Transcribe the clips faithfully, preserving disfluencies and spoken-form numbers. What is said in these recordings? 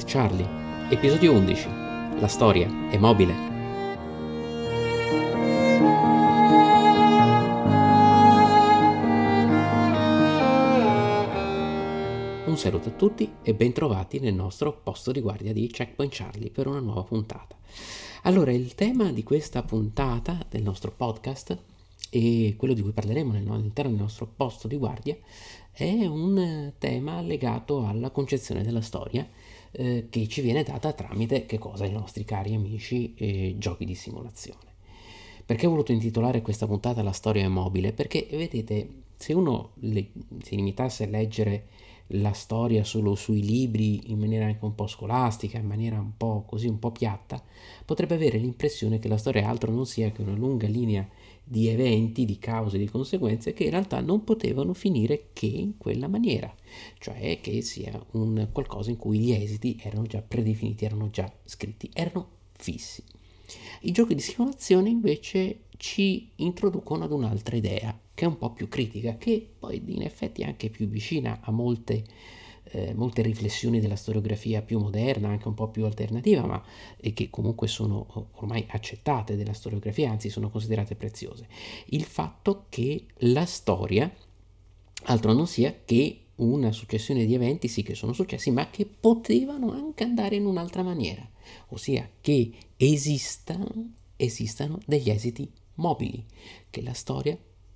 Charlie, episodio undici. La storia è mobile. Un saluto a tutti e bentrovati nel nostro posto di guardia di Checkpoint Charlie per una nuova puntata. Allora, il tema di questa puntata del nostro podcast e quello di cui parleremo all'interno del nostro posto di guardia è un tema legato alla concezione della storia eh, che ci viene data tramite che cosa? I nostri cari amici eh, giochi di simulazione. Perché ho voluto intitolare questa puntata La storia è mobile? Perché vedete, se uno le, si limitasse a leggere la storia solo sui libri in maniera anche un po' scolastica, in maniera un po' così, un po' piatta, potrebbe avere l'impressione che la storia altro non sia che una lunga linea di eventi, di cause e di conseguenze che in realtà non potevano finire che in quella maniera, cioè che sia un qualcosa in cui gli esiti erano già predefiniti, erano già scritti, erano fissi. I giochi di simulazione invece ci introducono ad un'altra idea, che è un po' più critica, che poi in effetti è anche più vicina a molte, eh, molte riflessioni della storiografia più moderna, anche un po' più alternativa, ma e che comunque sono ormai accettate della storiografia, anzi sono considerate preziose. Il fatto che la storia altro non sia che una successione di eventi, sì, che sono successi, ma che potevano anche andare in un'altra maniera, ossia che esistano, esistano degli esiti mobili, che la storia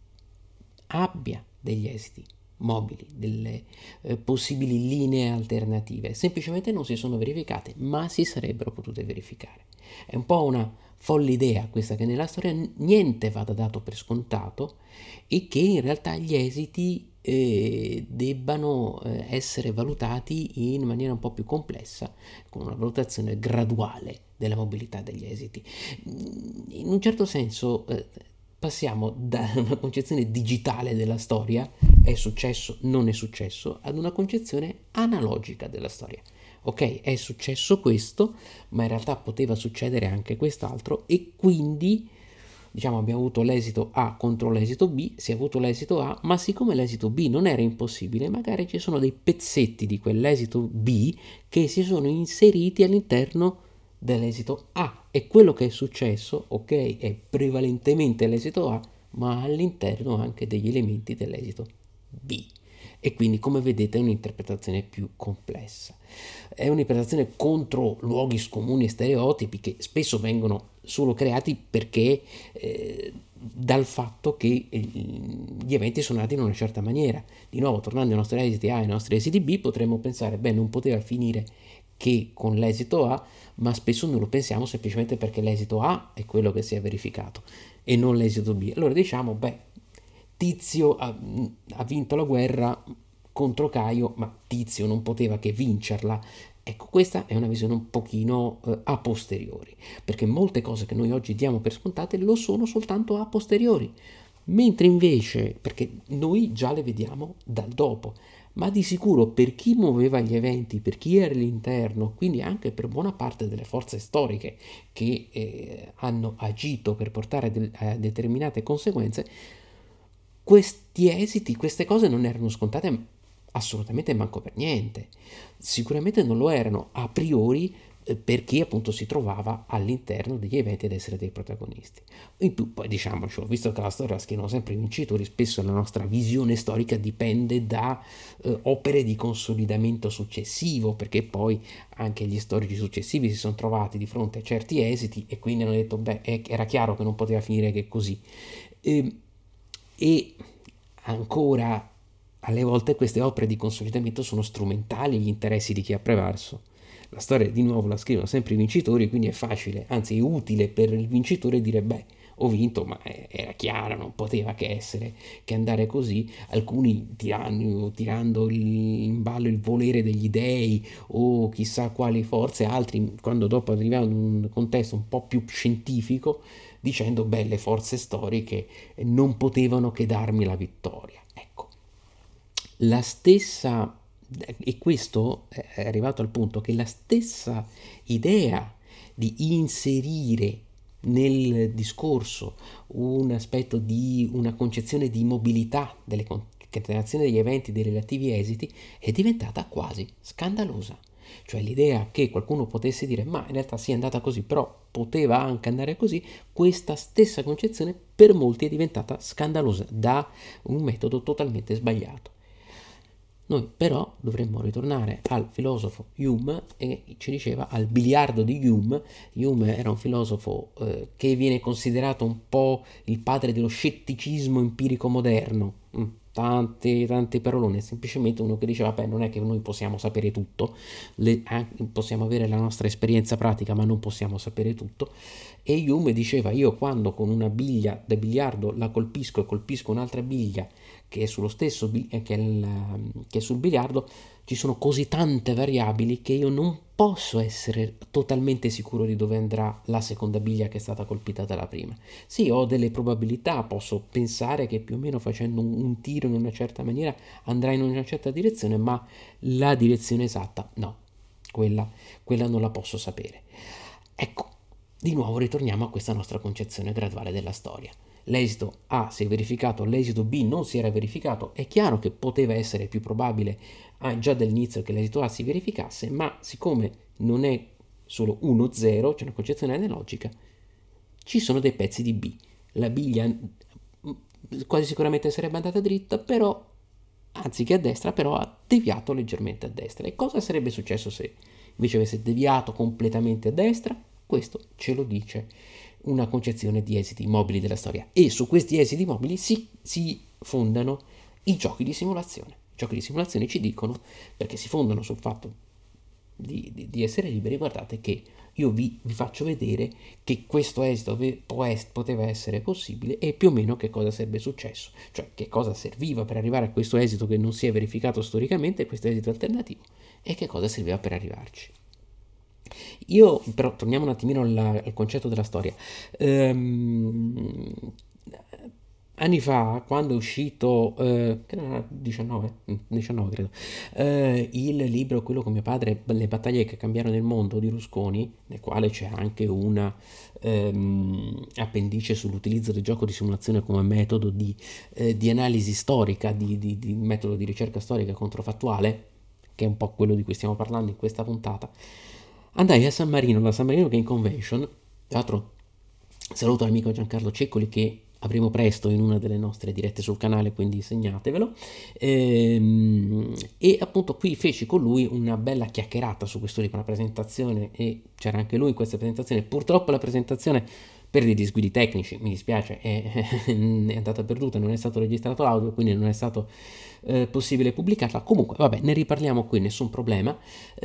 abbia degli esiti mobili, delle eh, possibili linee alternative. Semplicemente non si sono verificate, ma si sarebbero potute verificare. È un po' una folle idea questa, che nella storia niente vada dato per scontato e che in realtà gli esiti eh, debbano eh, essere valutati in maniera un po' più complessa, con una valutazione graduale della mobilità degli esiti. In un certo senso eh, passiamo da una concezione digitale della storia, è successo, non è successo, ad una concezione analogica della storia. Ok, è successo questo, ma in realtà poteva succedere anche quest'altro e quindi, diciamo, abbiamo avuto l'esito A contro l'esito B, si è avuto l'esito A, ma siccome l'esito B non era impossibile, magari ci sono dei pezzetti di quell'esito B che si sono inseriti all'interno dell'esito A, e quello che è successo, ok, è prevalentemente l'esito A, ma all'interno anche degli elementi dell'esito B. E quindi, come vedete, è un'interpretazione più complessa. È un'interpretazione contro luoghi comuni e stereotipi che spesso vengono solo creati perché eh, dal fatto che eh, gli eventi sono nati in una certa maniera. Di nuovo, tornando ai nostri esiti A e ai nostri esiti B, potremmo pensare, beh, non poteva finire che con l'esito A, ma spesso non lo pensiamo semplicemente perché l'esito A è quello che si è verificato e non l'esito B. Allora diciamo, beh, Tizio ha, ha vinto la guerra contro Caio, ma Tizio non poteva che vincerla. Ecco, questa è una visione un pochino eh, a posteriori, perché molte cose che noi oggi diamo per scontate lo sono soltanto a posteriori, mentre invece, perché noi già le vediamo dal dopo, ma di sicuro per chi muoveva gli eventi, per chi era all'interno, quindi anche per buona parte delle forze storiche che eh, hanno agito per portare del, a determinate conseguenze, questi esiti, queste cose non erano scontate assolutamente manco per niente. Sicuramente non lo erano a priori eh, per chi appunto si trovava all'interno degli eventi ad essere dei protagonisti. In più, poi diciamoci, visto che la storia la scrivono sempre i vincitori, spesso la nostra visione storica dipende da eh, opere di consolidamento successivo, perché poi anche gli storici successivi si sono trovati di fronte a certi esiti e quindi hanno detto, beh, era chiaro che non poteva finire che così. E, e ancora, alle volte queste opere di consolidamento sono strumentali agli interessi di chi ha prevalso. La storia di nuovo la scrivono sempre i vincitori, quindi è facile, anzi è utile per il vincitore dire, beh, ho vinto, ma era chiaro, non poteva che essere, che andare così. Alcuni tirando, tirando in ballo il volere degli dei o chissà quali forze, altri quando dopo arrivavano in un contesto un po' più scientifico, dicendo, beh, le forze storiche non potevano che darmi la vittoria. Ecco, la stessa, e questo è arrivato al punto che la stessa idea di inserire nel discorso un aspetto di una concezione di mobilità delle concatenazioni degli eventi, dei relativi esiti, è diventata quasi scandalosa. cioè l'idea che qualcuno potesse dire ma in realtà sì è andata così, però poteva anche andare così, questa stessa concezione per molti è diventata scandalosa da un metodo totalmente sbagliato. Noi però dovremmo ritornare al filosofo Hume e ci diceva al biliardo di Hume. Hume era un filosofo eh, che viene considerato un po' il padre dello scetticismo empirico moderno. Mm, tanti, tanti paroloni, è semplicemente uno che diceva, vabbè, non è che noi possiamo sapere tutto, le, eh, possiamo avere la nostra esperienza pratica, ma non possiamo sapere tutto. E Hume diceva, io quando con una biglia da biliardo la colpisco e colpisco un'altra biglia che è sullo stesso che è, il, che è sul biliardo, ci sono così tante variabili che io non posso essere totalmente sicuro di dove andrà la seconda biglia che è stata colpita dalla prima. Sì, ho delle probabilità, posso pensare che più o meno facendo un, un tiro in una certa maniera andrà in una certa direzione, ma la direzione esatta no, quella, quella non la posso sapere. Ecco, di nuovo ritorniamo a questa nostra concezione graduale della storia. L'esito A si è verificato, l'esito B non si era verificato, è chiaro che poteva essere più probabile ah, già dall'inizio che l'esito A si verificasse, ma siccome non è solo uno zero, c'è una concezione analogica, ci sono dei pezzi di B. La biglia quasi sicuramente sarebbe andata dritta, però anziché a destra, però ha deviato leggermente a destra. E cosa sarebbe successo se invece avesse deviato completamente a destra? Questo ce lo dice una concezione di esiti mobili della storia e su questi esiti mobili si, si fondano i giochi di simulazione. I giochi di simulazione ci dicono, perché si fondano sul fatto di, di, di essere liberi, guardate che io vi, vi faccio vedere che questo esito può es, poteva essere possibile e più o meno che cosa sarebbe successo, cioè che cosa serviva per arrivare a questo esito che non si è verificato storicamente, questo esito alternativo, e che cosa serviva per arrivarci. Io, però, torniamo un attimino al, al concetto della storia. Ehm, anni fa, quando è uscito, eh, che era diciannove, Mm, diciannove credo, eh, il libro, quello con mio padre, Le battaglie che cambiarono il mondo di Rusconi, nel quale c'è anche una ehm, appendice sull'utilizzo del gioco di simulazione come metodo di, eh, di analisi storica, di, di, di metodo di ricerca storica controfattuale, che è un po' quello di cui stiamo parlando in questa puntata. Andai a San Marino, alla San Marino Game Convention, tra l'altro saluto l'amico Giancarlo Ceccoli che avremo presto in una delle nostre dirette sul canale, quindi segnatevelo, ehm, e appunto qui feci con lui una bella chiacchierata su questo libro, una presentazione, e c'era anche lui in questa presentazione. Purtroppo la presentazione per dei disguidi tecnici, mi dispiace, è, è andata perduta, non è stato registrato audio, quindi non è stato eh, possibile pubblicarla. Comunque, vabbè, ne riparliamo qui, nessun problema.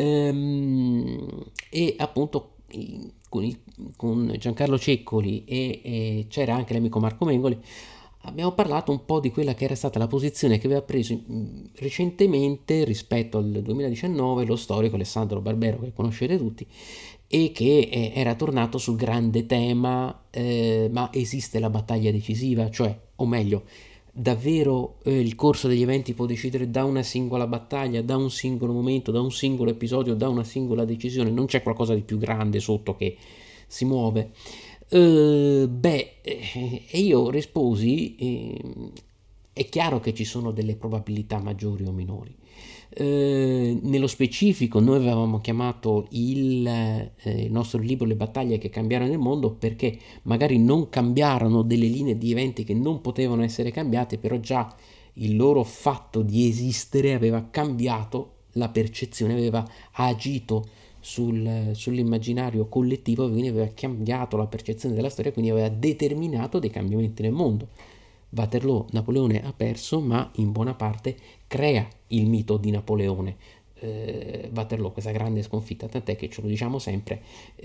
Ehm, e appunto con, il, con Giancarlo Ceccoli e, e c'era anche l'amico Marco Mengoli, abbiamo parlato un po' di quella che era stata la posizione che aveva preso mh, recentemente rispetto al duemiladiciannove lo storico Alessandro Barbero, che conoscete tutti, e che eh, era tornato sul grande tema, eh, ma esiste la battaglia decisiva, cioè, o meglio, davvero eh, il corso degli eventi può decidere da una singola battaglia, da un singolo momento, da un singolo episodio, da una singola decisione, non c'è qualcosa di più grande sotto che si muove. Uh, beh, eh, e io risposi, eh, è chiaro che ci sono delle probabilità maggiori o minori. Eh, nello specifico noi avevamo chiamato il, eh, il nostro libro Le battaglie che cambiarono il mondo perché magari non cambiarono delle linee di eventi che non potevano essere cambiate, però già il loro fatto di esistere aveva cambiato la percezione, aveva agito sul, sull'immaginario collettivo, quindi aveva cambiato la percezione della storia, quindi aveva determinato dei cambiamenti nel mondo. Waterloo, Napoleone ha perso, ma in buona parte crea il mito di Napoleone. Eh, Waterloo, questa grande sconfitta, tant'è che ce lo diciamo sempre,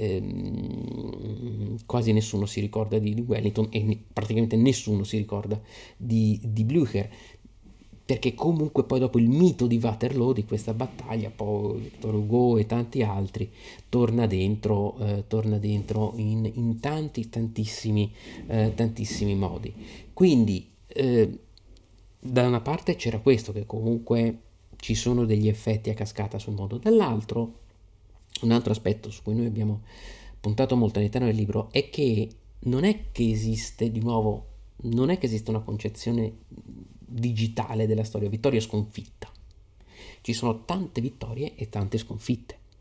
ehm, quasi nessuno si ricorda di, di Wellington e praticamente nessuno si ricorda di, di Blücher, perché comunque poi dopo il mito di Waterloo, di questa battaglia, poi Victor Hugo e tanti altri, torna dentro, eh, torna dentro in, in tanti, tantissimi, eh, tantissimi modi. Quindi, eh, da una parte c'era questo, che comunque ci sono degli effetti a cascata sul mondo, dall'altro, un altro aspetto su cui noi abbiamo puntato molto all'interno del libro è che non è che esiste, di nuovo, non è che esiste una concezione digitale della storia, vittoria e sconfitta. Ci sono tante vittorie e tante sconfitte.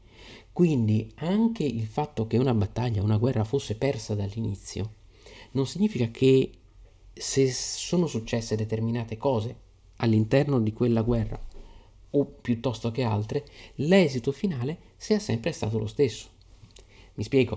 Quindi anche il fatto che una battaglia, una guerra fosse persa dall'inizio, non significa che se sono successe determinate cose all'interno di quella guerra o piuttosto che altre, l'esito finale sia sempre stato lo stesso. Mi spiego,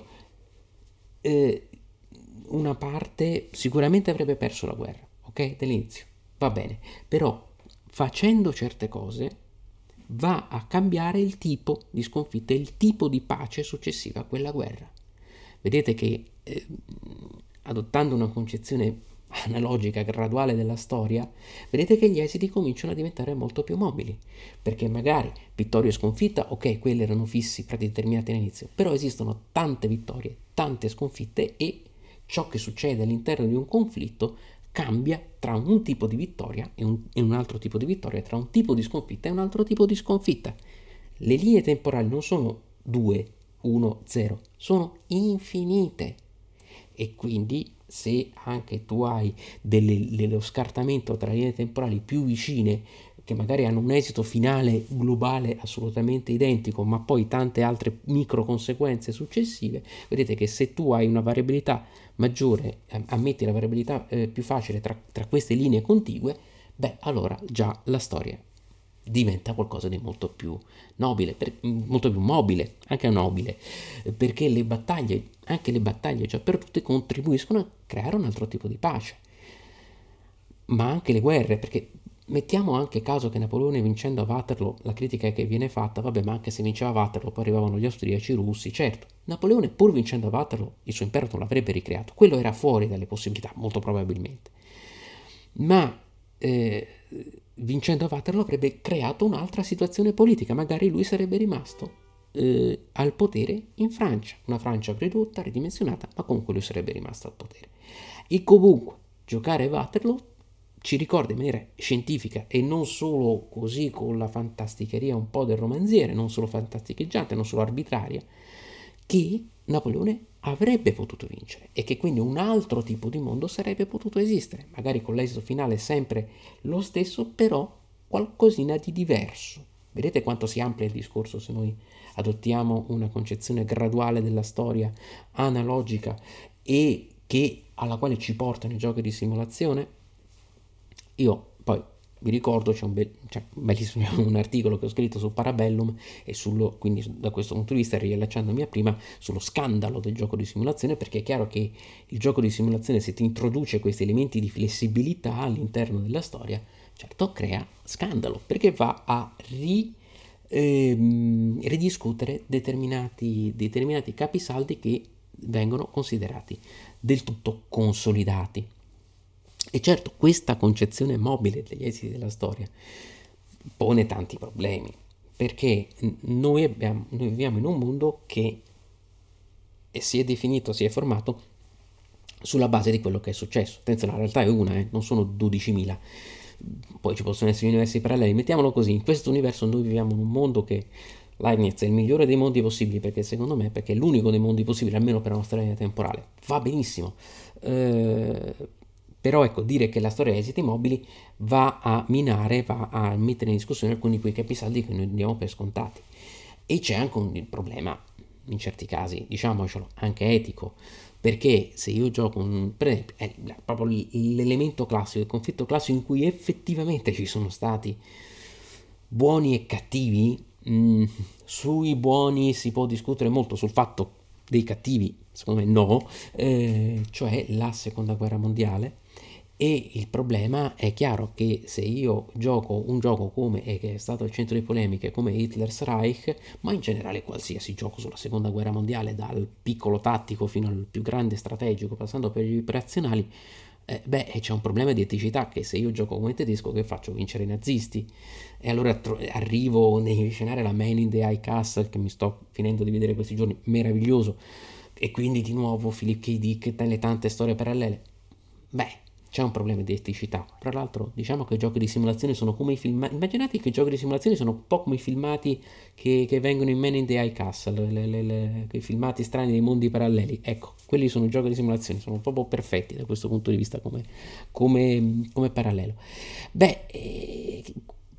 eh, una parte sicuramente avrebbe perso la guerra, ok? Dall'inizio, va bene, però facendo certe cose va a cambiare il tipo di sconfitta, il tipo di pace successiva a quella guerra. Vedete che eh, adottando una concezione analogica, graduale della storia, vedete che gli esiti cominciano a diventare molto più mobili, perché magari vittoria e sconfitta, ok, quelli erano fissi, predeterminati all'inizio, però esistono tante vittorie, tante sconfitte e ciò che succede all'interno di un conflitto cambia tra un tipo di vittoria e un, e un altro tipo di vittoria, tra un tipo di sconfitta e un altro tipo di sconfitta. Le linee temporali non sono due, uno, zero, sono infinite. E quindi se anche tu hai delle, dello scartamento tra linee temporali più vicine che magari hanno un esito finale globale assolutamente identico, ma poi tante altre micro conseguenze successive, vedete che se tu hai una variabilità maggiore, ammetti la variabilità eh, più facile tra, tra queste linee contigue, beh, allora già la storia diventa qualcosa di molto più nobile, per, molto più mobile, anche nobile, perché le battaglie, anche le battaglie già perdute contribuiscono a creare un altro tipo di pace, ma anche le guerre, perché mettiamo anche caso che Napoleone vincendo a Waterloo, la critica che viene fatta, vabbè, ma anche se vinceva Waterloo, poi arrivavano gli austriaci, i russi, certo, Napoleone pur vincendo a Waterloo, il suo impero non l'avrebbe ricreato, quello era fuori dalle possibilità, molto probabilmente, ma eh, vincendo a Waterloo avrebbe creato un'altra situazione politica, magari lui sarebbe rimasto eh, al potere in Francia, una Francia ridotta, ridimensionata, ma comunque lui sarebbe rimasto al potere. E comunque giocare a Waterloo ci ricorda in maniera scientifica e non solo così con la fantasticheria un po' del romanziere, non solo fantasticheggiante, non solo arbitraria, che Napoleone avrebbe potuto vincere e che quindi un altro tipo di mondo sarebbe potuto esistere, magari con l'esito finale sempre lo stesso, però qualcosina di diverso. Vedete quanto si amplia il discorso se noi adottiamo una concezione graduale della storia analogica e che, alla quale ci portano i giochi di simulazione? Io poi vi ricordo, c'è un, bel, c'è un bellissimo un articolo che ho scritto su Parabellum e sullo, quindi da questo punto di vista, riallacciandomi a prima, sullo scandalo del gioco di simulazione, perché è chiaro che il gioco di simulazione, se ti introduce questi elementi di flessibilità all'interno della storia, certo crea scandalo, perché va a ri, ehm, ridiscutere determinati, determinati capisaldi che vengono considerati del tutto consolidati. E certo, questa concezione mobile degli esiti della storia pone tanti problemi, perché noi, abbiamo, noi viviamo in un mondo che si è definito, si è formato sulla base di quello che è successo. Attenzione, la realtà è una, eh, non sono dodicimila. Poi ci possono essere universi paralleli. Mettiamolo così, in questo universo noi viviamo in un mondo che Leibniz è il migliore dei mondi possibili, perché secondo me, perché è l'unico dei mondi possibili, almeno per la nostra linea temporale. Va benissimo. Eh, però ecco, dire che la storia ha esiti mobili va a minare, va a mettere in discussione alcuni di quei capisaldi che noi diamo per scontati. E c'è anche un problema, in certi casi, diciamocelo, anche etico, perché se io gioco un, per esempio, è proprio l'elemento classico, il conflitto classico in cui effettivamente ci sono stati buoni e cattivi, mh, sui buoni si può discutere molto, sul fatto dei cattivi, secondo me no, eh, cioè la seconda guerra mondiale. E il problema è chiaro che se io gioco un gioco come, e che è stato al centro di polemiche, come Hitler's Reich, ma in generale qualsiasi gioco sulla seconda guerra mondiale, dal piccolo tattico fino al più grande strategico, passando per gli operazionali, eh, beh, c'è un problema di eticità, che se io gioco come tedesco, che faccio? Vincere i nazisti? E allora tro- arrivo nei scenari la Man in the High Castle, che mi sto finendo di vedere questi giorni, meraviglioso, e quindi di nuovo Philip K. Dick e le tante storie parallele. Beh, c'è un problema di eticità. Tra l'altro, diciamo che i giochi di simulazione sono come i filmati. Immaginate che i giochi di simulazione sono un po' come i filmati che, che vengono in Man in the High Castle, le, le, le, i filmati strani dei mondi paralleli. Ecco, quelli sono i giochi di simulazione, sono proprio perfetti da questo punto di vista come, come, come parallelo. Beh, eh,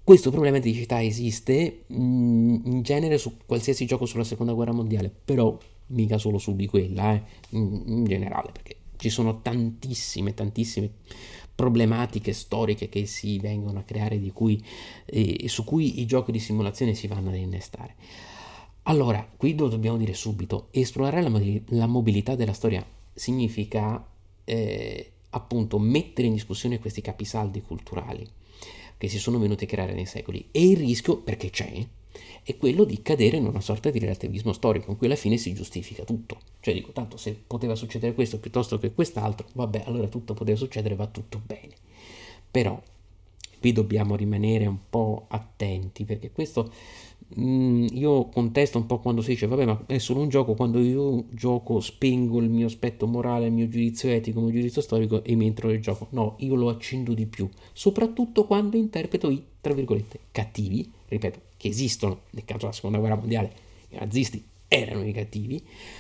Questo problema di eticità esiste mh, in genere su qualsiasi gioco sulla seconda guerra mondiale, però mica solo su di quella, eh, in, in generale, perché ci sono tantissime, tantissime problematiche storiche che si vengono a creare di cui, eh, su cui i giochi di simulazione si vanno ad innestare. Allora, qui lo dobbiamo dire subito, esplorare la, modi- la mobilità della storia significa eh, appunto mettere in discussione questi capisaldi culturali che si sono venuti a creare nei secoli e il rischio, perché c'è, è quello di cadere in una sorta di relativismo storico in cui alla fine si giustifica tutto. Cioè dico, tanto se poteva succedere questo piuttosto che quest'altro, vabbè, allora tutto poteva succedere, va tutto bene. Però qui dobbiamo rimanere un po' attenti perché questo mh, io contesto un po' quando si dice vabbè ma è solo un gioco, quando io gioco spengo il mio aspetto morale, il mio giudizio etico, il mio giudizio storico e mi entro nel gioco. No, io lo accendo di più, soprattutto quando interpreto i, tra virgolette, cattivi, ripeto, che esistono, nel caso della seconda guerra mondiale i nazisti erano i cattivi,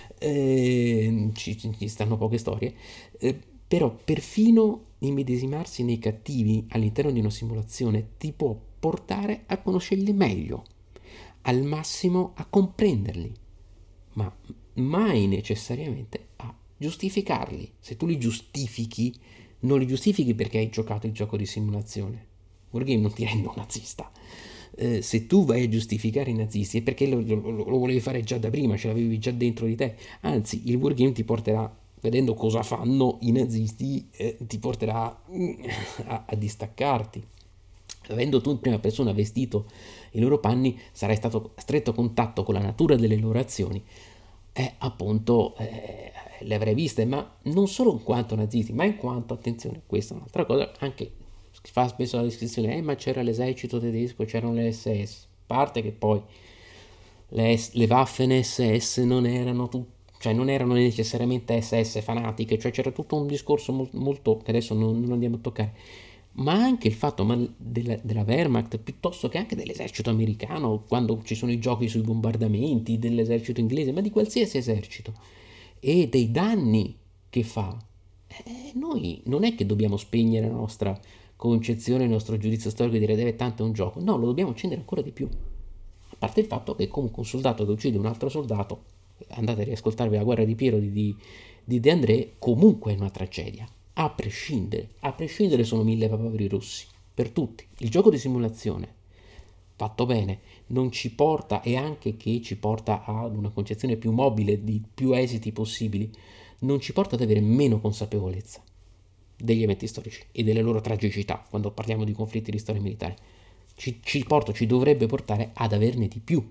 eh, ci, ci stanno poche storie, eh, però perfino immedesimarsi nei cattivi all'interno di una simulazione ti può portare a conoscerli meglio, al massimo a comprenderli, ma mai necessariamente a giustificarli. Se tu li giustifichi, non li giustifichi perché hai giocato il gioco di simulazione. Wargame non ti rende un nazista. Eh, se tu vai a giustificare i nazisti è perché lo, lo, lo volevi fare già da prima, ce l'avevi già dentro di te. Anzi, il wargame ti porterà, vedendo cosa fanno i nazisti, eh, ti porterà mm, a, a distaccarti. Avendo tu in prima persona vestito i loro panni, sarai stato a stretto contatto con la natura delle loro azioni e appunto eh, le avrei viste, ma non solo in quanto nazisti, ma in quanto, attenzione, questa è un'altra cosa, anche si fa spesso la descrizione, eh, ma c'era l'esercito tedesco, c'erano le S S, a parte che poi le, le Waffen S S non erano tutte, cioè non erano necessariamente S S fanatiche, cioè c'era tutto un discorso molto, molto che adesso non, non andiamo a toccare, ma anche il fatto ma della, della Wehrmacht piuttosto che anche dell'esercito americano, quando ci sono i giochi sui bombardamenti, dell'esercito inglese, ma di qualsiasi esercito, e dei danni che fa. Eh, noi non è che dobbiamo spegnere la nostra concezione, il nostro giudizio storico e dire deve tanto è un gioco, no, lo dobbiamo accendere ancora di più. A parte il fatto che comunque un soldato che uccide un altro soldato, andate a riascoltarvi la guerra di Piero di, di, di De André, comunque è una tragedia, a prescindere, a prescindere sono mille papaveri rossi, per tutti. Il gioco di simulazione, fatto bene, non ci porta, e anche che ci porta ad una concezione più mobile di più esiti possibili, non ci porta ad avere meno consapevolezza degli eventi storici e delle loro tragicità quando parliamo di conflitti di storia militare. Ci, ci porta, ci dovrebbe portare ad averne di più.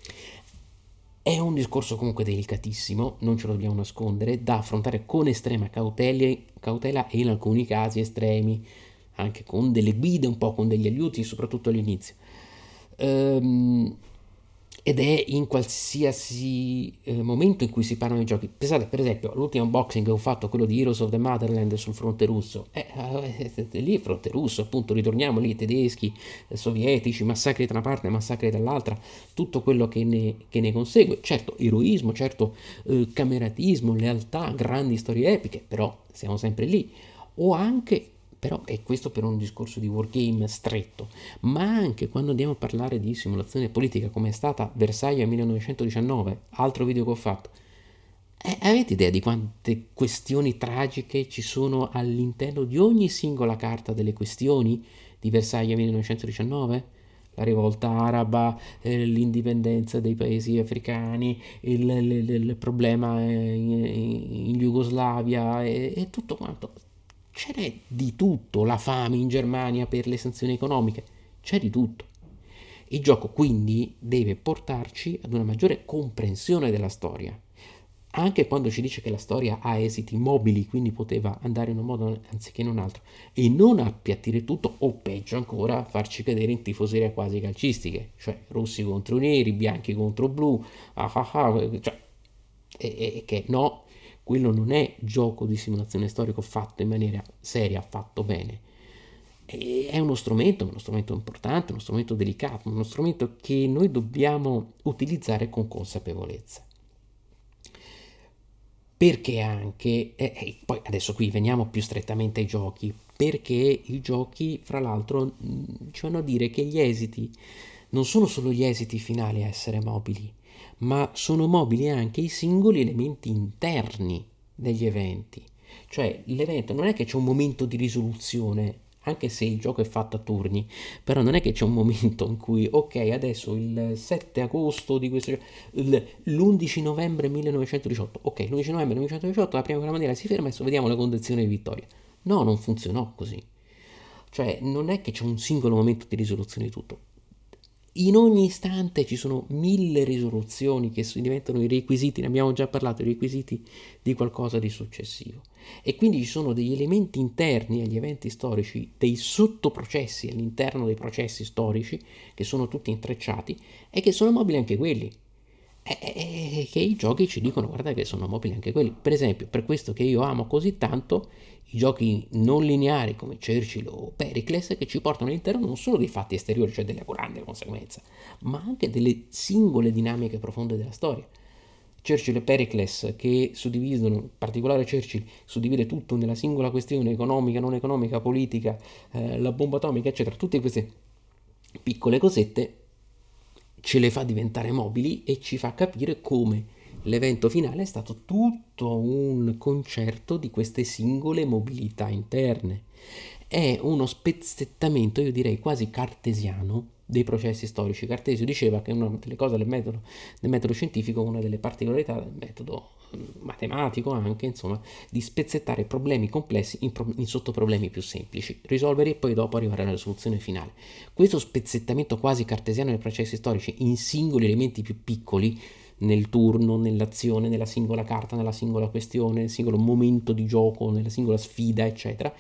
È un discorso comunque delicatissimo, non ce lo dobbiamo nascondere, da affrontare con estrema cautela, cautela e in alcuni casi estremi, anche con delle guide, un po' con degli aiuti, soprattutto all'inizio. Ehm, ed è in qualsiasi eh, momento in cui si parlano di giochi. Pensate, per esempio, l'ultimo unboxing che ho fatto, quello di Heroes of the Motherland sul fronte russo. Eh, eh, eh, lì il fronte russo, appunto, ritorniamo lì, tedeschi, eh, sovietici, massacri da una parte, massacri dall'altra, tutto quello che ne, che ne consegue. Certo, eroismo, certo, eh, cameratismo, lealtà, grandi storie epiche, però siamo sempre lì. O anche però è questo per un discorso di wargame stretto, ma anche quando andiamo a parlare di simulazione politica come è stata Versailles millenovecentodiciannove, altro video che ho fatto, eh, avete idea di quante questioni tragiche ci sono all'interno di ogni singola carta delle questioni di Versailles millenovecentodiciannove? La rivolta araba, eh, l'indipendenza dei paesi africani, il, il- il problema in, in Jugoslavia e, e tutto quanto. Ce n'è di tutto, la fame in Germania per le sanzioni economiche, c'è di tutto. Il gioco quindi deve portarci ad una maggiore comprensione della storia, anche quando ci dice che la storia ha esiti mobili, quindi poteva andare in un modo anziché in un altro, e non appiattire tutto, o peggio ancora, farci cadere in tifoserie quasi calcistiche, cioè rossi contro neri, bianchi contro blu, ah ah ah, cioè, e, e che no, quello non è gioco di simulazione storico fatto in maniera seria, fatto bene. E è uno strumento, uno strumento importante, uno strumento delicato, uno strumento che noi dobbiamo utilizzare con consapevolezza. Perché anche, e, e poi adesso qui veniamo più strettamente ai giochi, perché i giochi, fra l'altro, mh, ci vanno a dire che gli esiti non sono solo gli esiti finali a essere mobili, ma sono mobili anche i singoli elementi interni degli eventi. Cioè, l'evento non è che c'è un momento di risoluzione, anche se il gioco è fatto a turni, però non è che c'è un momento in cui, ok, adesso il sette agosto di questo il- l'undici novembre millenovecentodiciotto, ok, l'undici novembre millenovecentodiciotto la prima guerra mondiale si ferma, adesso vediamo le condizioni di vittoria. No, non funzionò così. Cioè, non è che c'è un singolo momento di risoluzione di tutto. In ogni istante ci sono mille risoluzioni che diventano i requisiti, ne abbiamo già parlato, i requisiti di qualcosa di successivo. E quindi ci sono degli elementi interni agli eventi storici, dei sottoprocessi all'interno dei processi storici, che sono tutti intrecciati e che sono mobili anche quelli. E, e- che i giochi ci dicono, guarda che sono mobili anche quelli. Per esempio, per questo che io amo così tanto i giochi non lineari come Churchill o Pericles, che ci portano all'interno non solo dei fatti esteriori, cioè delle grandi conseguenze, ma anche delle singole dinamiche profonde della storia. Churchill e Pericles che suddividono, in particolare Churchill suddivide tutto nella singola questione economica, non economica, politica, eh, la bomba atomica, eccetera, tutte queste piccole cosette ce le fa diventare mobili e ci fa capire come l'evento finale è stato tutto un concerto di queste singole mobilità interne. È uno spezzettamento, io direi quasi cartesiano, dei processi storici. Cartesio diceva che una delle cose del metodo, del metodo scientifico, una delle particolarità del metodo matematico anche, insomma, di spezzettare problemi complessi in, pro- in sottoproblemi più semplici, risolverli e poi dopo arrivare alla soluzione finale. Questo spezzettamento quasi cartesiano dei processi storici in singoli elementi più piccoli, nel turno, nell'azione, nella singola carta, nella singola questione, nel singolo momento di gioco, nella singola sfida, eccetera,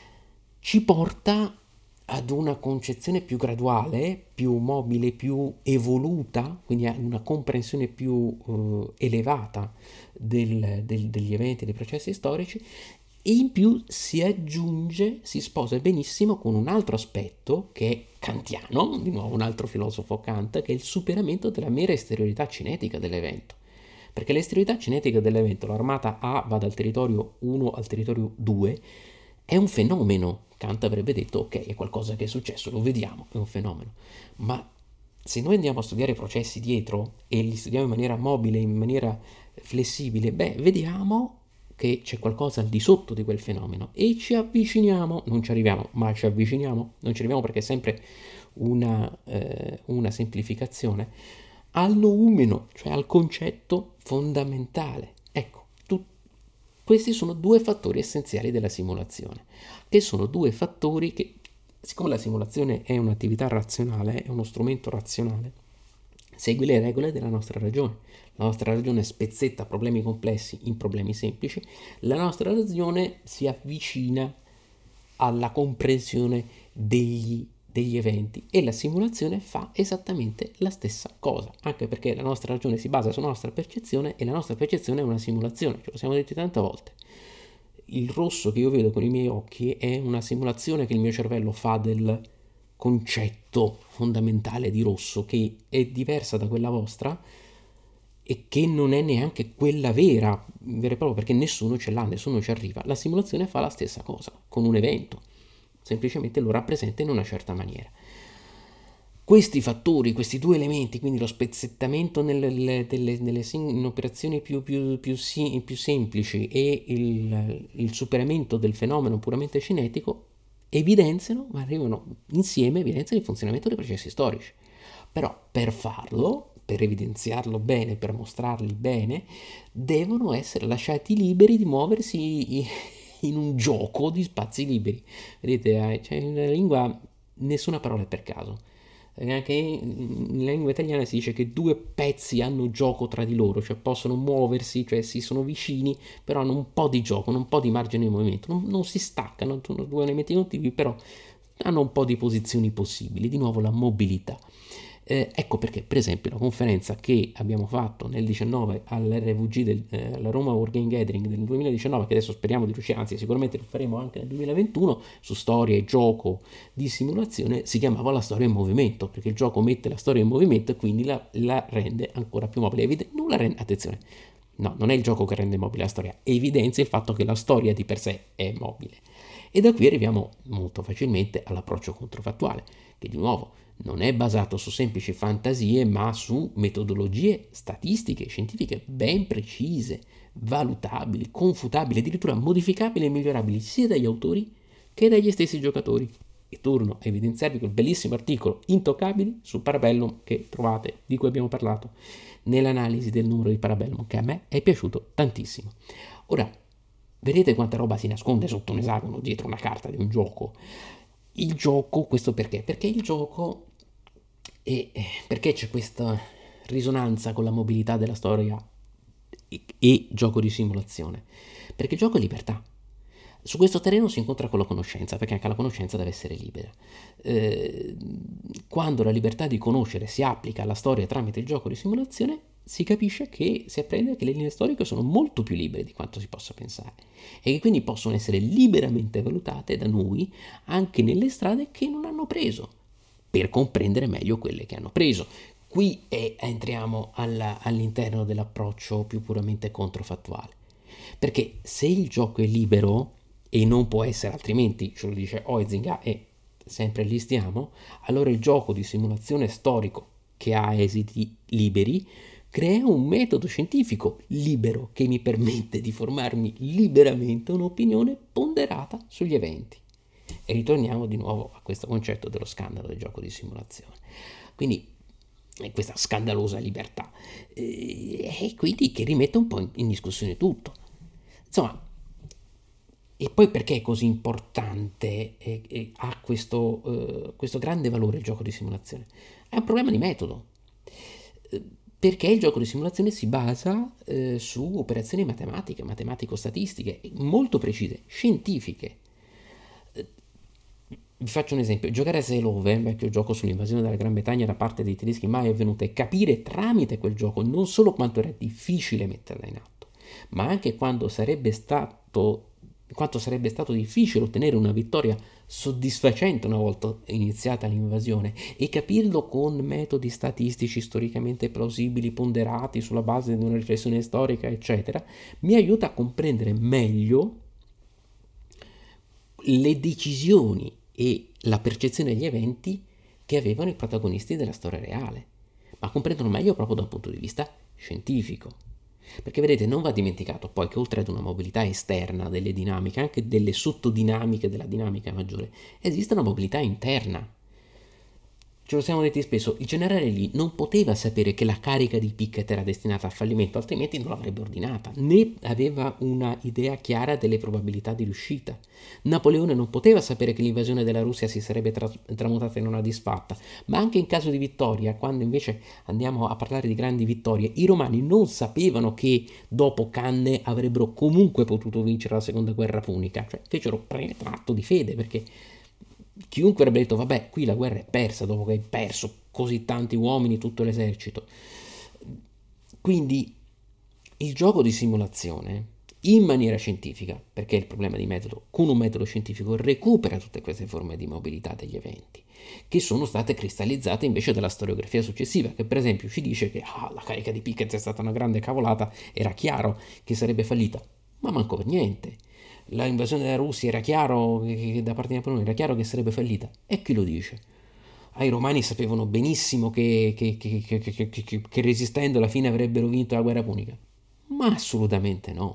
ci porta ad una concezione più graduale, più mobile, più evoluta, quindi a una comprensione più eh, elevata del- del- degli eventi, dei processi storici, e in più si aggiunge, si sposa benissimo con un altro aspetto che è kantiano, di nuovo un altro filosofo Kant, che è il superamento della mera esteriorità cinetica dell'evento. Perché l'esteriorità cinetica dell'evento, l'armata A va dal territorio uno al territorio due, è un fenomeno. Kant avrebbe detto, ok, è qualcosa che è successo, lo vediamo, è un fenomeno. Ma se noi andiamo a studiare i processi dietro e li studiamo in maniera mobile, in maniera flessibile, beh, vediamo che c'è qualcosa al di sotto di quel fenomeno e ci avviciniamo, non ci arriviamo, ma ci avviciniamo, non ci arriviamo perché è sempre una, eh, una semplificazione, al noumeno, cioè al concetto fondamentale. Ecco, tu- questi sono due fattori essenziali della simulazione, che sono due fattori che, siccome la simulazione è un'attività razionale, è uno strumento razionale, segue le regole della nostra ragione. La nostra ragione spezzetta problemi complessi in problemi semplici, la nostra ragione si avvicina alla comprensione degli, degli eventi e la simulazione fa esattamente la stessa cosa, anche perché la nostra ragione si basa sulla nostra percezione e la nostra percezione è una simulazione, ce lo siamo detti tante volte. Il rosso che io vedo con i miei occhi è una simulazione che il mio cervello fa del concetto fondamentale di rosso, che è diversa da quella vostra e che non è neanche quella vera, vera e propria, perché nessuno ce l'ha, nessuno ci arriva. La simulazione fa la stessa cosa con un evento, semplicemente lo rappresenta in una certa maniera. Questi fattori, questi due elementi, quindi lo spezzettamento nelle, delle, nelle sin- in operazioni più, più, più, si- più semplici e il, il superamento del fenomeno puramente cinetico, evidenziano, ma arrivano insieme, evidenziano il funzionamento dei processi storici. Però per farlo, per evidenziarlo bene, per mostrarli bene, devono essere lasciati liberi di muoversi in un gioco di spazi liberi. Vedete, eh, cioè nella lingua nessuna parola è per caso. E anche nella lingua italiana si dice che due pezzi hanno gioco tra di loro, cioè possono muoversi, cioè si sono vicini, però hanno un po' di gioco, un po' di margine di movimento, non, non si staccano, sono due elementi inutili, però hanno un po' di posizioni possibili, di nuovo la mobilità. Eh, ecco perché, per esempio, la conferenza che abbiamo fatto nel diciannove all'R V G, del, eh, alla Roma World Game Gathering del duemiladiciannove, che adesso speriamo di riuscire, anzi sicuramente lo faremo anche nel duemilaventuno, su storia e gioco di simulazione, si chiamava La storia in movimento, perché il gioco mette la storia in movimento e quindi la, la rende ancora più mobile. Evide- non la rende, attenzione, no, non è il gioco che rende mobile la storia, evidenzia il fatto che la storia di per sé è mobile. E da qui arriviamo molto facilmente all'approccio controfattuale, che di nuovo non è basato su semplici fantasie, ma su metodologie statistiche, scientifiche ben precise, valutabili, confutabili, addirittura modificabili e migliorabili sia dagli autori che dagli stessi giocatori. E torno a evidenziarvi quel bellissimo articolo Intoccabili su Parabellum che trovate, di cui abbiamo parlato nell'analisi del numero di Parabellum, che a me è piaciuto tantissimo. Ora, vedete quanta roba si nasconde sotto un esagono, dietro una carta di un gioco? Il gioco, questo perché? Perché il gioco, e perché c'è questa risonanza con la mobilità della storia e, e gioco di simulazione? Perché il gioco è libertà. Su questo terreno si incontra con la conoscenza, perché anche la conoscenza deve essere libera. Eh, quando la libertà di conoscere si applica alla storia tramite il gioco di simulazione, si capisce che si apprende che le linee storiche sono molto più libere di quanto si possa pensare e che quindi possono essere liberamente valutate da noi anche nelle strade che non hanno preso, per comprendere meglio quelle che hanno preso. Qui è, entriamo alla, all'interno dell'approccio più puramente controfattuale, perché se il gioco è libero, e non può essere altrimenti, ce lo dice Huizinga e sempre lì stiamo, allora il gioco di simulazione storico che ha esiti liberi crea un metodo scientifico libero che mi permette di formarmi liberamente un'opinione ponderata sugli eventi. E ritorniamo di nuovo a questo concetto dello scandalo del gioco di simulazione. Quindi questa scandalosa libertà e quindi che rimette un po' in discussione tutto. Insomma, e poi perché è così importante e, e ha questo, uh, questo grande valore il gioco di simulazione? È un problema di metodo, perché il gioco di simulazione si basa uh, su operazioni matematiche, matematico-statistiche, molto precise, scientifiche. Uh, vi faccio un esempio: giocare a Seelove, vecchio gioco sull'invasione della Gran Bretagna da parte dei tedeschi mai avvenuta, e capire tramite quel gioco non solo quanto era difficile metterla in atto, ma anche quando sarebbe stato quanto sarebbe stato difficile ottenere una vittoria soddisfacente una volta iniziata l'invasione, e capirlo con metodi statistici storicamente plausibili, ponderati sulla base di una riflessione storica, eccetera, mi aiuta a comprendere meglio le decisioni e la percezione degli eventi che avevano i protagonisti della storia reale, ma comprendono meglio proprio da un punto di vista scientifico. Perché vedete, non va dimenticato poi che oltre ad una mobilità esterna delle dinamiche, anche delle sottodinamiche della dinamica maggiore, esiste una mobilità interna. Ce lo siamo detti spesso, il generale Lee non poteva sapere che la carica di Pickett era destinata al fallimento, altrimenti non l'avrebbe ordinata, né aveva una idea chiara delle probabilità di riuscita. Napoleone non poteva sapere che l'invasione della Russia si sarebbe tra- tramutata in una disfatta, ma anche in caso di vittoria, quando invece andiamo a parlare di grandi vittorie, i romani non sapevano che dopo Canne avrebbero comunque potuto vincere la seconda guerra punica, cioè fecero pretratto di fede, perché chiunque avrebbe detto vabbè, qui la guerra è persa dopo che hai perso così tanti uomini, tutto l'esercito. Quindi il gioco di simulazione in maniera scientifica, perché è il problema di metodo, con un metodo scientifico recupera tutte queste forme di mobilità degli eventi che sono state cristallizzate invece dalla storiografia successiva, che per esempio ci dice che ah, la carica di Pickett è stata una grande cavolata, era chiaro che sarebbe fallita, ma manco per niente. La invasione della Russia era chiaro che, che da parte di Napoleone era chiaro che sarebbe fallita. E chi lo dice? Ah, i romani sapevano benissimo che, che, che, che, che, che resistendo alla fine avrebbero vinto la guerra punica. Ma assolutamente no.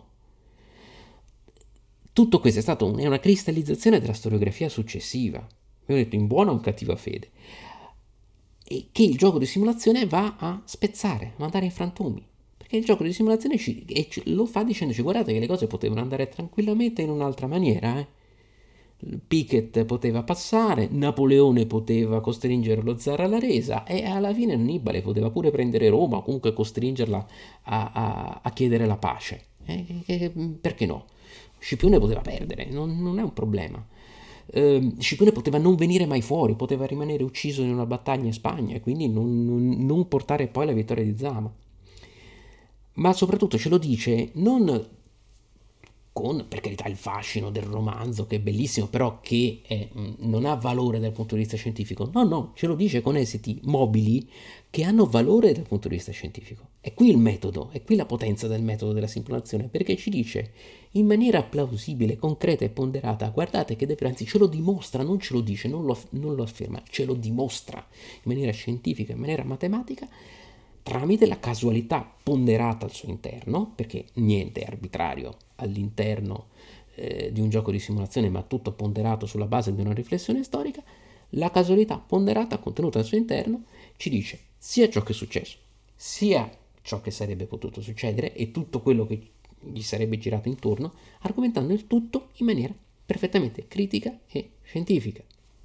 Tutto questo è stato un, è una cristallizzazione della storiografia successiva, vi ho detto in buona o in cattiva fede, e che il gioco di simulazione va a spezzare, a mandare in frantumi. Perché il gioco di simulazione ci, e ci, lo fa dicendoci guardate che le cose potevano andare tranquillamente in un'altra maniera. Eh? Pickett poteva passare, Napoleone poteva costringere lo zar alla resa e alla fine Annibale poteva pure prendere Roma o comunque costringerla a, a, a chiedere la pace. Eh, perché no? Scipione poteva perdere, non, non è un problema. Eh, Scipione poteva non venire mai fuori, poteva rimanere ucciso in una battaglia in Spagna e quindi non, non, non portare poi la vittoria di Zama. Ma soprattutto ce lo dice non con, per carità, il fascino del romanzo, che è bellissimo, però che è, non ha valore dal punto di vista scientifico. No, no, ce lo dice con esiti mobili che hanno valore dal punto di vista scientifico. È qui il metodo, è qui la potenza del metodo della simulazione, perché ci dice in maniera plausibile, concreta e ponderata, guardate che Debre, anzi ce lo dimostra, non ce lo dice, non lo, non lo afferma, ce lo dimostra in maniera scientifica, in maniera matematica, tramite la casualità ponderata al suo interno, perché niente è arbitrario all'interno eh, di un gioco di simulazione, ma tutto ponderato sulla base di una riflessione storica. La casualità ponderata contenuta al suo interno ci dice sia ciò che è successo, sia ciò che sarebbe potuto succedere e tutto quello che gli sarebbe girato intorno, argomentando il tutto in maniera perfettamente critica e scientifica.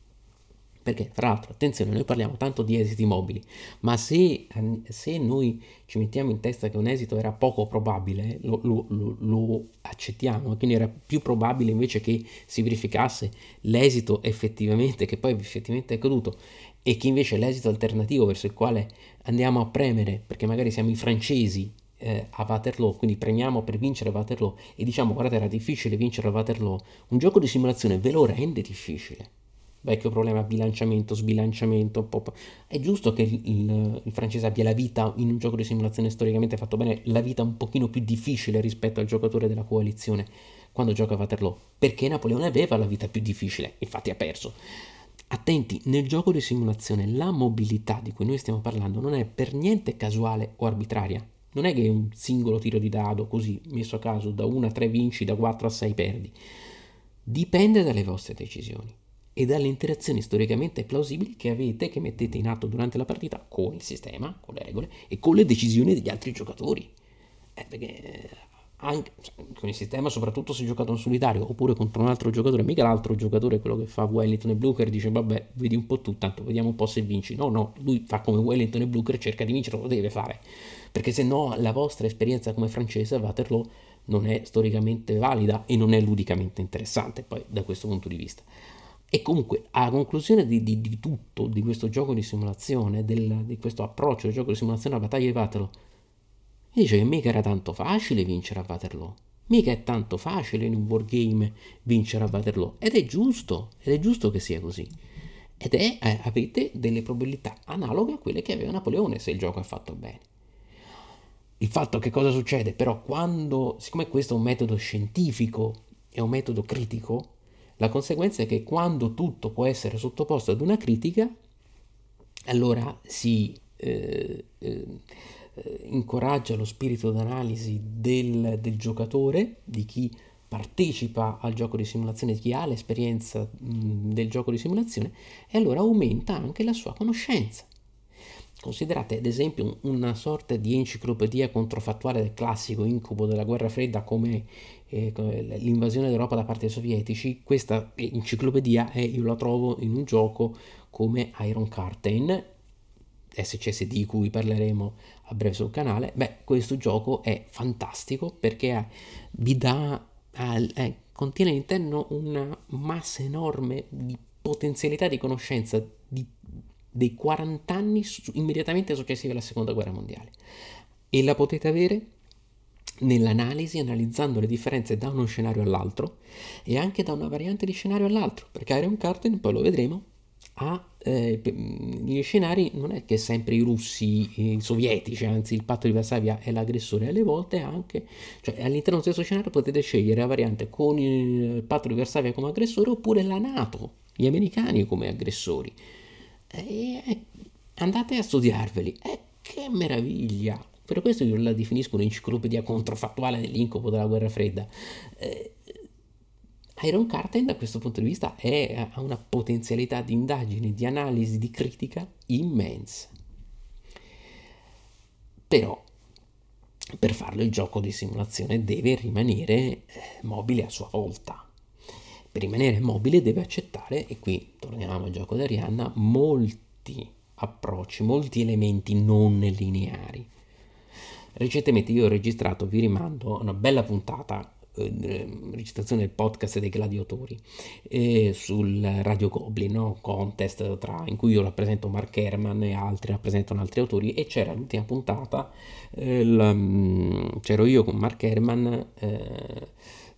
Perché, fra l'altro, attenzione, noi parliamo tanto di esiti mobili, ma se, se noi ci mettiamo in testa che un esito era poco probabile, lo, lo, lo, lo accettiamo, quindi era più probabile invece che si verificasse l'esito effettivamente, che poi effettivamente è accaduto, e che invece l'esito alternativo verso il quale andiamo a premere, perché magari siamo i francesi eh, a Waterloo, quindi premiamo per vincere Waterloo e diciamo guardate era difficile vincere a Waterloo, un gioco di simulazione ve lo rende difficile. Vecchio problema bilanciamento, sbilanciamento, po', po'. È giusto che il, il, il francese abbia la vita in un gioco di simulazione storicamente fatto bene, la vita un pochino più difficile rispetto al giocatore della coalizione quando gioca a Waterloo, perché Napoleone aveva la vita più difficile, infatti ha perso. Attenti, nel gioco di simulazione la mobilità di cui noi stiamo parlando non è per niente casuale o arbitraria. Non è che è un singolo tiro di dado così messo a caso, da uno a tre vinci, da quattro a sei perdi. Dipende dalle vostre decisioni e dalle interazioni storicamente plausibili che avete, che mettete in atto durante la partita con il sistema, con le regole e con le decisioni degli altri giocatori. Eh, perché anche con il sistema, soprattutto se giocato in solitario oppure contro un altro giocatore, mica l'altro giocatore, quello che fa Wellington e Blucher, dice vabbè, vedi un po' tu, tanto vediamo un po' se vinci. No, no, lui fa come Wellington e Blucher, cerca di vincere, lo deve fare, perché se no la vostra esperienza come francese a Waterloo non è storicamente valida e non è ludicamente interessante poi da questo punto di vista. E comunque, a conclusione di, di, di tutto, di questo gioco di simulazione, del, di questo approccio del gioco di simulazione alla battaglia di Waterloo, mi dice che mica era tanto facile vincere a Waterloo. Mica è tanto facile in un wargame vincere a Waterloo. Ed è giusto, ed è giusto che sia così. Ed è, eh, avete delle probabilità analoghe a quelle che aveva Napoleone se il gioco è fatto bene. Il fatto che cosa succede però quando, siccome questo è un metodo scientifico, è un metodo critico, la conseguenza è che quando tutto può essere sottoposto ad una critica, allora si eh, eh, incoraggia lo spirito d'analisi del, del giocatore, di chi partecipa al gioco di simulazione, di chi ha l'esperienza mh, del gioco di simulazione, e allora aumenta anche la sua conoscenza. Considerate ad esempio una sorta di enciclopedia controfattuale del classico incubo della guerra fredda come eh, l'invasione d'Europa da parte dei sovietici. Questa enciclopedia è, io la trovo in un gioco come Iron Curtain, S C S D di cui parleremo a breve sul canale. Beh, questo gioco è fantastico perché vi dà, eh, contiene all'interno una massa enorme di potenzialità di conoscenza di dei quaranta anni immediatamente successivi alla seconda guerra mondiale e la potete avere nell'analisi, analizzando le differenze da uno scenario all'altro e anche da una variante di scenario all'altro, perché Iron Curtain, poi lo vedremo, ha eh, gli scenari non è che sempre i russi, i sovietici, anzi il patto di Varsavia è l'aggressore, alle volte anche, cioè all'interno dello stesso scenario potete scegliere la variante con il patto di Varsavia come aggressore oppure la NATO, gli americani come aggressori. E andate a studiarveli, e che meraviglia! Per questo io la definisco un'enciclopedia controfattuale dell'incubo della guerra fredda. Eh, Iron Curtain da questo punto di vista è, ha una potenzialità di indagine, di analisi, di critica immensa. Però per farlo il gioco di simulazione deve rimanere eh, mobile a sua volta. Per rimanere mobile deve accettare, e qui torniamo al gioco di Arianna, molti approcci, molti elementi non lineari. Recentemente io ho registrato, vi rimando a una bella puntata, eh, registrazione del podcast dei gladiatori, eh, sul Radio Goblin, no? Contest tra, in cui io rappresento Mark Herman e altri rappresentano altri autori, e c'era l'ultima puntata, eh, la, c'ero io con Mark Herman, eh,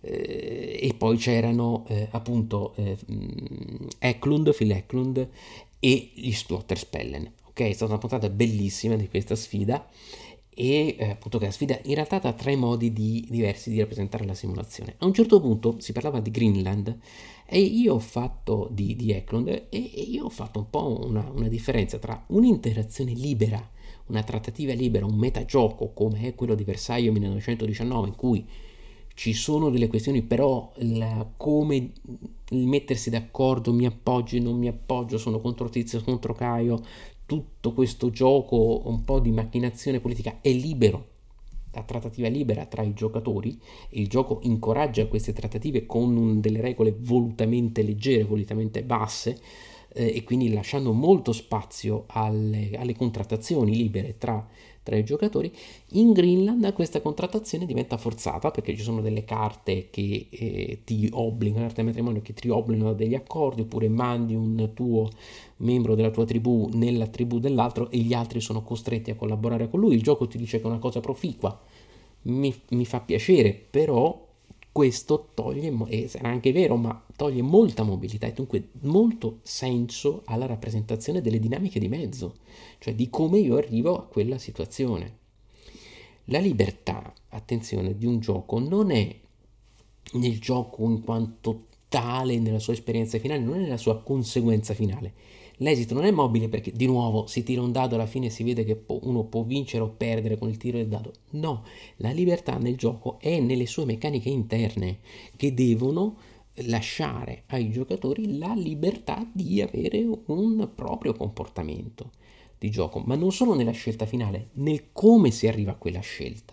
eh, e poi c'erano eh, appunto eh, mh, Eklund, Phil Eklund e gli Splotterspellen. Ok, è stata una puntata bellissima di questa sfida e eh, appunto che la sfida in realtà ha tre modi di, diversi di rappresentare la simulazione. A un certo punto si parlava di Greenland e io ho fatto di, di Eklund e, e io ho fatto un po' una, una differenza tra un'interazione libera, una trattativa libera, un metagioco come è quello di Versailles millenovecentodiciannove, in cui ci sono delle questioni, però la, come il mettersi d'accordo, mi appoggio, non mi appoggio, sono contro Tizio, contro Caio, tutto questo gioco un po' di macchinazione politica è libero, la trattativa è libera tra i giocatori e il gioco incoraggia queste trattative con un, delle regole volutamente leggere, volutamente basse, eh, e quindi lasciando molto spazio alle, alle contrattazioni libere tra, tra i giocatori. In Greenland questa contrattazione diventa forzata perché ci sono delle carte che eh, ti obbligano, carte di matrimonio che ti obbligano a degli accordi, oppure mandi un tuo membro della tua tribù nella tribù dell'altro e gli altri sono costretti a collaborare con lui. Il gioco ti dice che è una cosa proficua, mi, mi fa piacere, però questo toglie, e sarà anche vero, ma toglie molta mobilità e dunque molto senso alla rappresentazione delle dinamiche di mezzo, cioè di come io arrivo a quella situazione. La libertà, attenzione, di un gioco non è nel gioco in quanto tale, nella sua esperienza finale, non è nella sua conseguenza finale. L'esito non è mobile perché di nuovo si tira un dado, alla fine si vede che uno può vincere o perdere con il tiro del dado. No, la libertà nel gioco è nelle sue meccaniche interne che devono lasciare ai giocatori la libertà di avere un proprio comportamento di gioco, ma non solo nella scelta finale, nel come si arriva a quella scelta.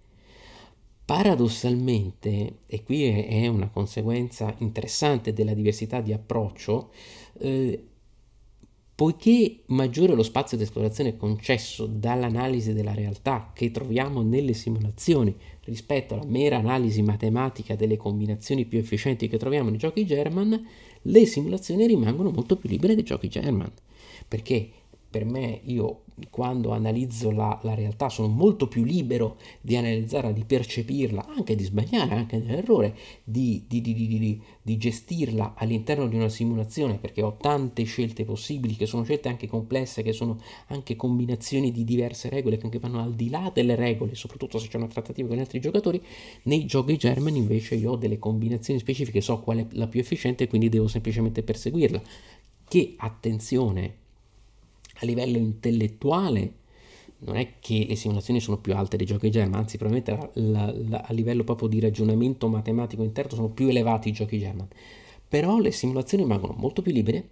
Paradossalmente, e qui è una conseguenza interessante della diversità di approccio, eh, poiché maggiore è lo spazio di esplorazione concesso dall'analisi della realtà che troviamo nelle simulazioni rispetto alla mera analisi matematica delle combinazioni più efficienti che troviamo nei giochi German, le simulazioni rimangono molto più libere dei giochi German, perché per me, io quando analizzo la, la realtà sono molto più libero di analizzarla, di percepirla, anche di sbagliare, anche nell'errore, di, di, di, di, di gestirla all'interno di una simulazione, perché ho tante scelte possibili, che sono scelte anche complesse, che sono anche combinazioni di diverse regole, che anche vanno al di là delle regole, soprattutto se c'è una trattativa con gli altri giocatori. Nei giochi German invece io ho delle combinazioni specifiche, so qual è la più efficiente e quindi devo semplicemente perseguirla. Che, attenzione, a livello intellettuale non è che le simulazioni sono più alte dei giochi German, anzi probabilmente la, la, la, a livello proprio di ragionamento matematico interno sono più elevati i giochi German, però le simulazioni rimangono molto più libere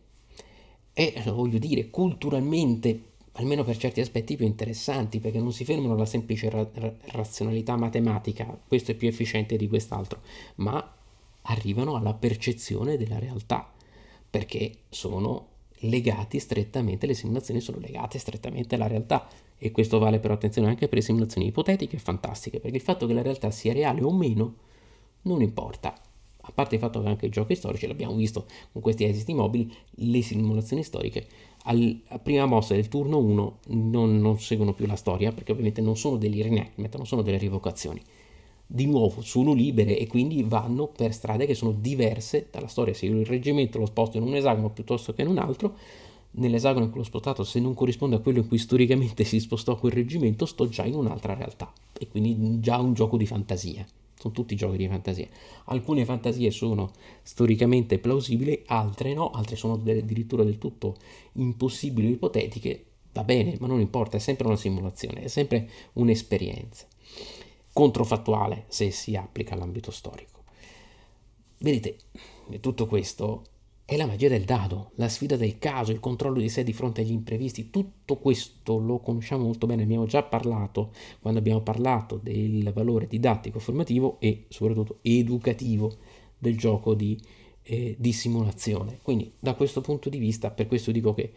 e, voglio dire, culturalmente, almeno per certi aspetti, più interessanti, perché non si fermano alla semplice ra- ra- razionalità matematica, questo è più efficiente di quest'altro, ma arrivano alla percezione della realtà, perché sono legati strettamente, le simulazioni sono legate strettamente alla realtà, e questo vale però, attenzione, anche per le simulazioni ipotetiche e fantastiche, perché il fatto che la realtà sia reale o meno non importa, a parte il fatto che anche i giochi storici, l'abbiamo visto con questi esiti mobili, le simulazioni storiche al, a prima mossa del turno uno non, non seguono più la storia, perché ovviamente non sono degli reenactment, non sono delle rievocazioni, di nuovo sono libere e quindi vanno per strade che sono diverse dalla storia. Se io il reggimento lo sposto in un esagono piuttosto che in un altro, nell'esagono in cui l'ho spostato, se non corrisponde a quello in cui storicamente si spostò quel reggimento, sto già in un'altra realtà e quindi già un gioco di fantasia. Sono tutti giochi di fantasia. Alcune fantasie sono storicamente plausibili, altre no, altre sono addirittura del tutto impossibili o ipotetiche. Va bene, ma non importa, è sempre una simulazione, è sempre un'esperienza controfattuale se si applica all'ambito storico. Vedete, tutto questo è la magia del dado, la sfida del caso, il controllo di sé di fronte agli imprevisti. Tutto questo lo conosciamo molto bene, abbiamo già parlato quando abbiamo parlato del valore didattico, formativo e soprattutto educativo del gioco di, eh, di simulazione. Quindi da questo punto di vista, per questo dico che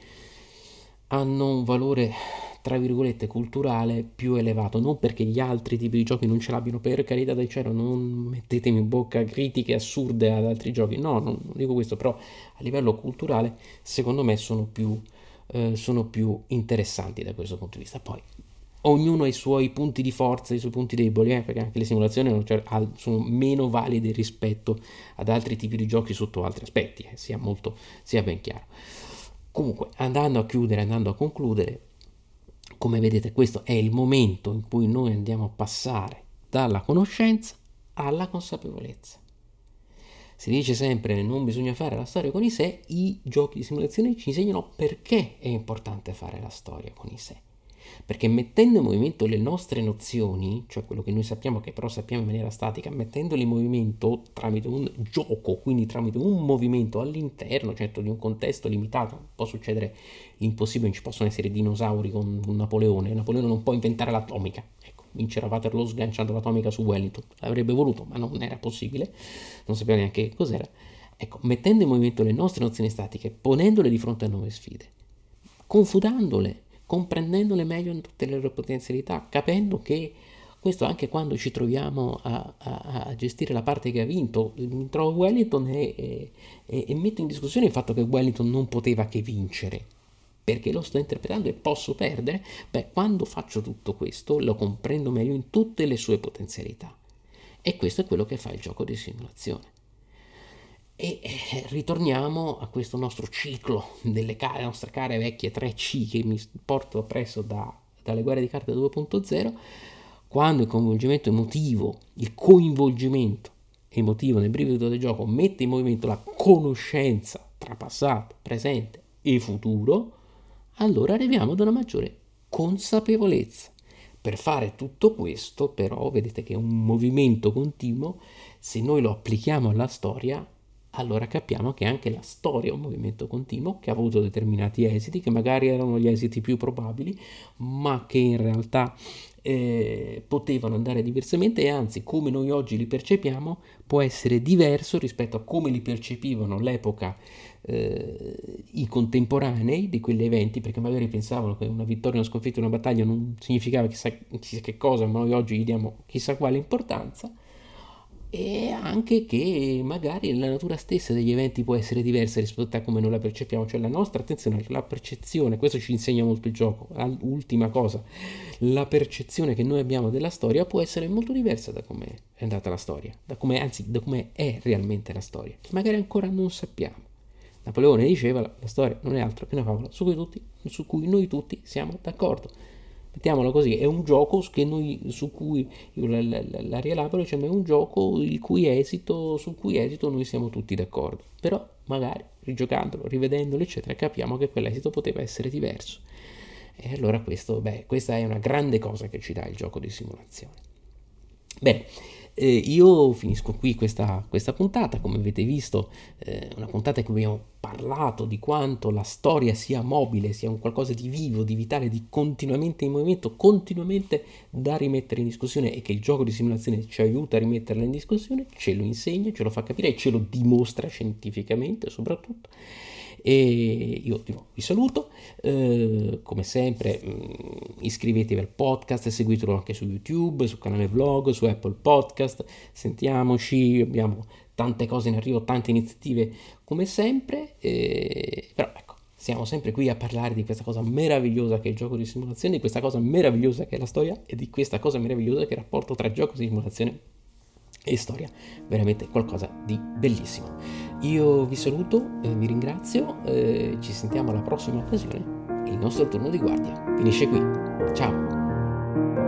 hanno un valore, tra virgolette, culturale più elevato, non perché gli altri tipi di giochi non ce l'abbiano, per carità del cielo, non mettetemi in bocca critiche assurde ad altri giochi, no, non dico questo, però a livello culturale secondo me sono più, eh, sono più interessanti da questo punto di vista. Poi ognuno ha i suoi punti di forza e i suoi punti deboli, eh, perché anche le simulazioni non- cioè, al- sono meno valide rispetto ad altri tipi di giochi sotto altri aspetti, eh, sia molto, sia ben chiaro. Comunque, andando a chiudere, andando a concludere, come vedete, questo è il momento in cui noi andiamo a passare dalla conoscenza alla consapevolezza. Si dice sempre non bisogna fare la storia con i sé, i giochi di simulazione ci insegnano perché è importante fare la storia con i sé. Perché mettendo in movimento le nostre nozioni, cioè quello che noi sappiamo che però sappiamo in maniera statica, mettendole in movimento tramite un gioco, quindi tramite un movimento all'interno, certo di un contesto limitato, può succedere l'impossibile, ci possono essere dinosauri con un Napoleone, Napoleone non può inventare l'atomica, ecco, vincere a Waterloo sganciando l'atomica su Wellington, l'avrebbe voluto, ma non era possibile, non sapeva neanche cos'era. Ecco, mettendo in movimento le nostre nozioni statiche, ponendole di fronte a nuove sfide, confutandole, comprendendole meglio in tutte le loro potenzialità, capendo che questo anche quando ci troviamo a, a, a gestire la parte che ha vinto, mi trovo Wellington e, e, e metto in discussione il fatto che Wellington non poteva che vincere, perché lo sto interpretando e posso perdere. Beh, quando faccio tutto questo lo comprendo meglio in tutte le sue potenzialità, e questo è quello che fa il gioco di simulazione. E eh, ritorniamo a questo nostro ciclo delle care, nostre care vecchie tre C che mi porto appresso da, dalle guerre di carte due punto zero, quando il coinvolgimento emotivo, il coinvolgimento emotivo nel brivido del gioco mette in movimento la conoscenza tra passato, presente e futuro, allora arriviamo ad una maggiore consapevolezza. Per fare tutto questo, però, vedete che è un movimento continuo, se noi lo applichiamo alla storia, allora capiamo che anche la storia è un movimento continuo che ha avuto determinati esiti, che magari erano gli esiti più probabili, ma che in realtà eh, potevano andare diversamente, e anzi, come noi oggi li percepiamo, può essere diverso rispetto a come li percepivano all'epoca eh, i contemporanei di quegli eventi, perché magari pensavano che una vittoria, una sconfitta, una battaglia non significava chissà, chissà che cosa, ma noi oggi gli diamo chissà quale importanza. E anche che magari la natura stessa degli eventi può essere diversa rispetto a come noi la percepiamo, cioè la nostra attenzione, la percezione, questo ci insegna molto il gioco. Ultima cosa, la percezione che noi abbiamo della storia può essere molto diversa da come è andata la storia, da come, anzi da come è realmente la storia, che magari ancora non sappiamo. Napoleone diceva la storia non è altro che una favola su cui, tutti, su cui noi tutti siamo d'accordo. Mettiamolo così, è un gioco che noi, su cui io la, la, la rielaboro, diciamo, è un gioco il cui esito, sul cui esito noi siamo tutti d'accordo. Però magari rigiocandolo, rivedendolo, eccetera, capiamo che quell'esito poteva essere diverso. E allora questo, beh, questa è una grande cosa che ci dà il gioco di simulazione. Bene, eh, io finisco qui questa, questa puntata. Come avete visto, eh, una puntata in cui abbiamo parlato di quanto la storia sia mobile, sia un qualcosa di vivo, di vitale, di continuamente in movimento, continuamente da rimettere in discussione, e che il gioco di simulazione ci aiuta a rimetterla in discussione, ce lo insegna, ce lo fa capire e ce lo dimostra scientificamente soprattutto. E io di nuovo vi saluto, eh, come sempre mh, iscrivetevi al podcast, seguitelo anche su YouTube, sul canale vlog, su Apple Podcast, sentiamoci, abbiamo tante cose in arrivo, tante iniziative come sempre, eh, però ecco, siamo sempre qui a parlare di questa cosa meravigliosa che è il gioco di simulazione, di questa cosa meravigliosa che è la storia, e di questa cosa meravigliosa che è il rapporto tra gioco di simulazione e storia, veramente qualcosa di bellissimo. Io vi saluto, eh, vi ringrazio, eh, ci sentiamo alla prossima occasione. Il nostro turno di guardia finisce qui. Ciao!